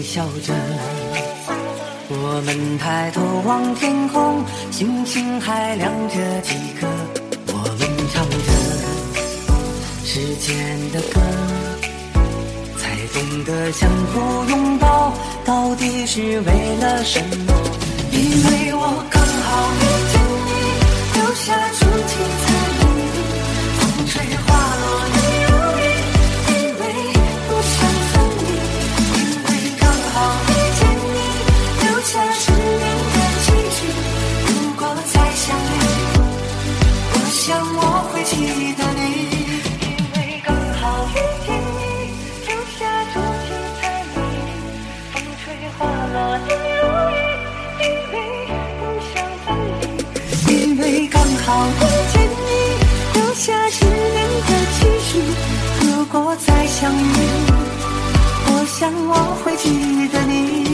笑着。我们抬头望天空，星星还亮着几颗。我们唱着时间的歌，才懂得相互拥抱到底是为了什么。因为我刚好遇见你，留下足迹在梦里，风吹花落你如雨，以为不想分离。因为刚好遇见你，留下10年的记忆，如果再相遇，我想我会记得你。因为刚好遇见你，留下足迹在梦里，风吹花落你如雨，以为不想分离。因为刚好遇见你，留下10年的期许，如果再相遇，我想我会记得你。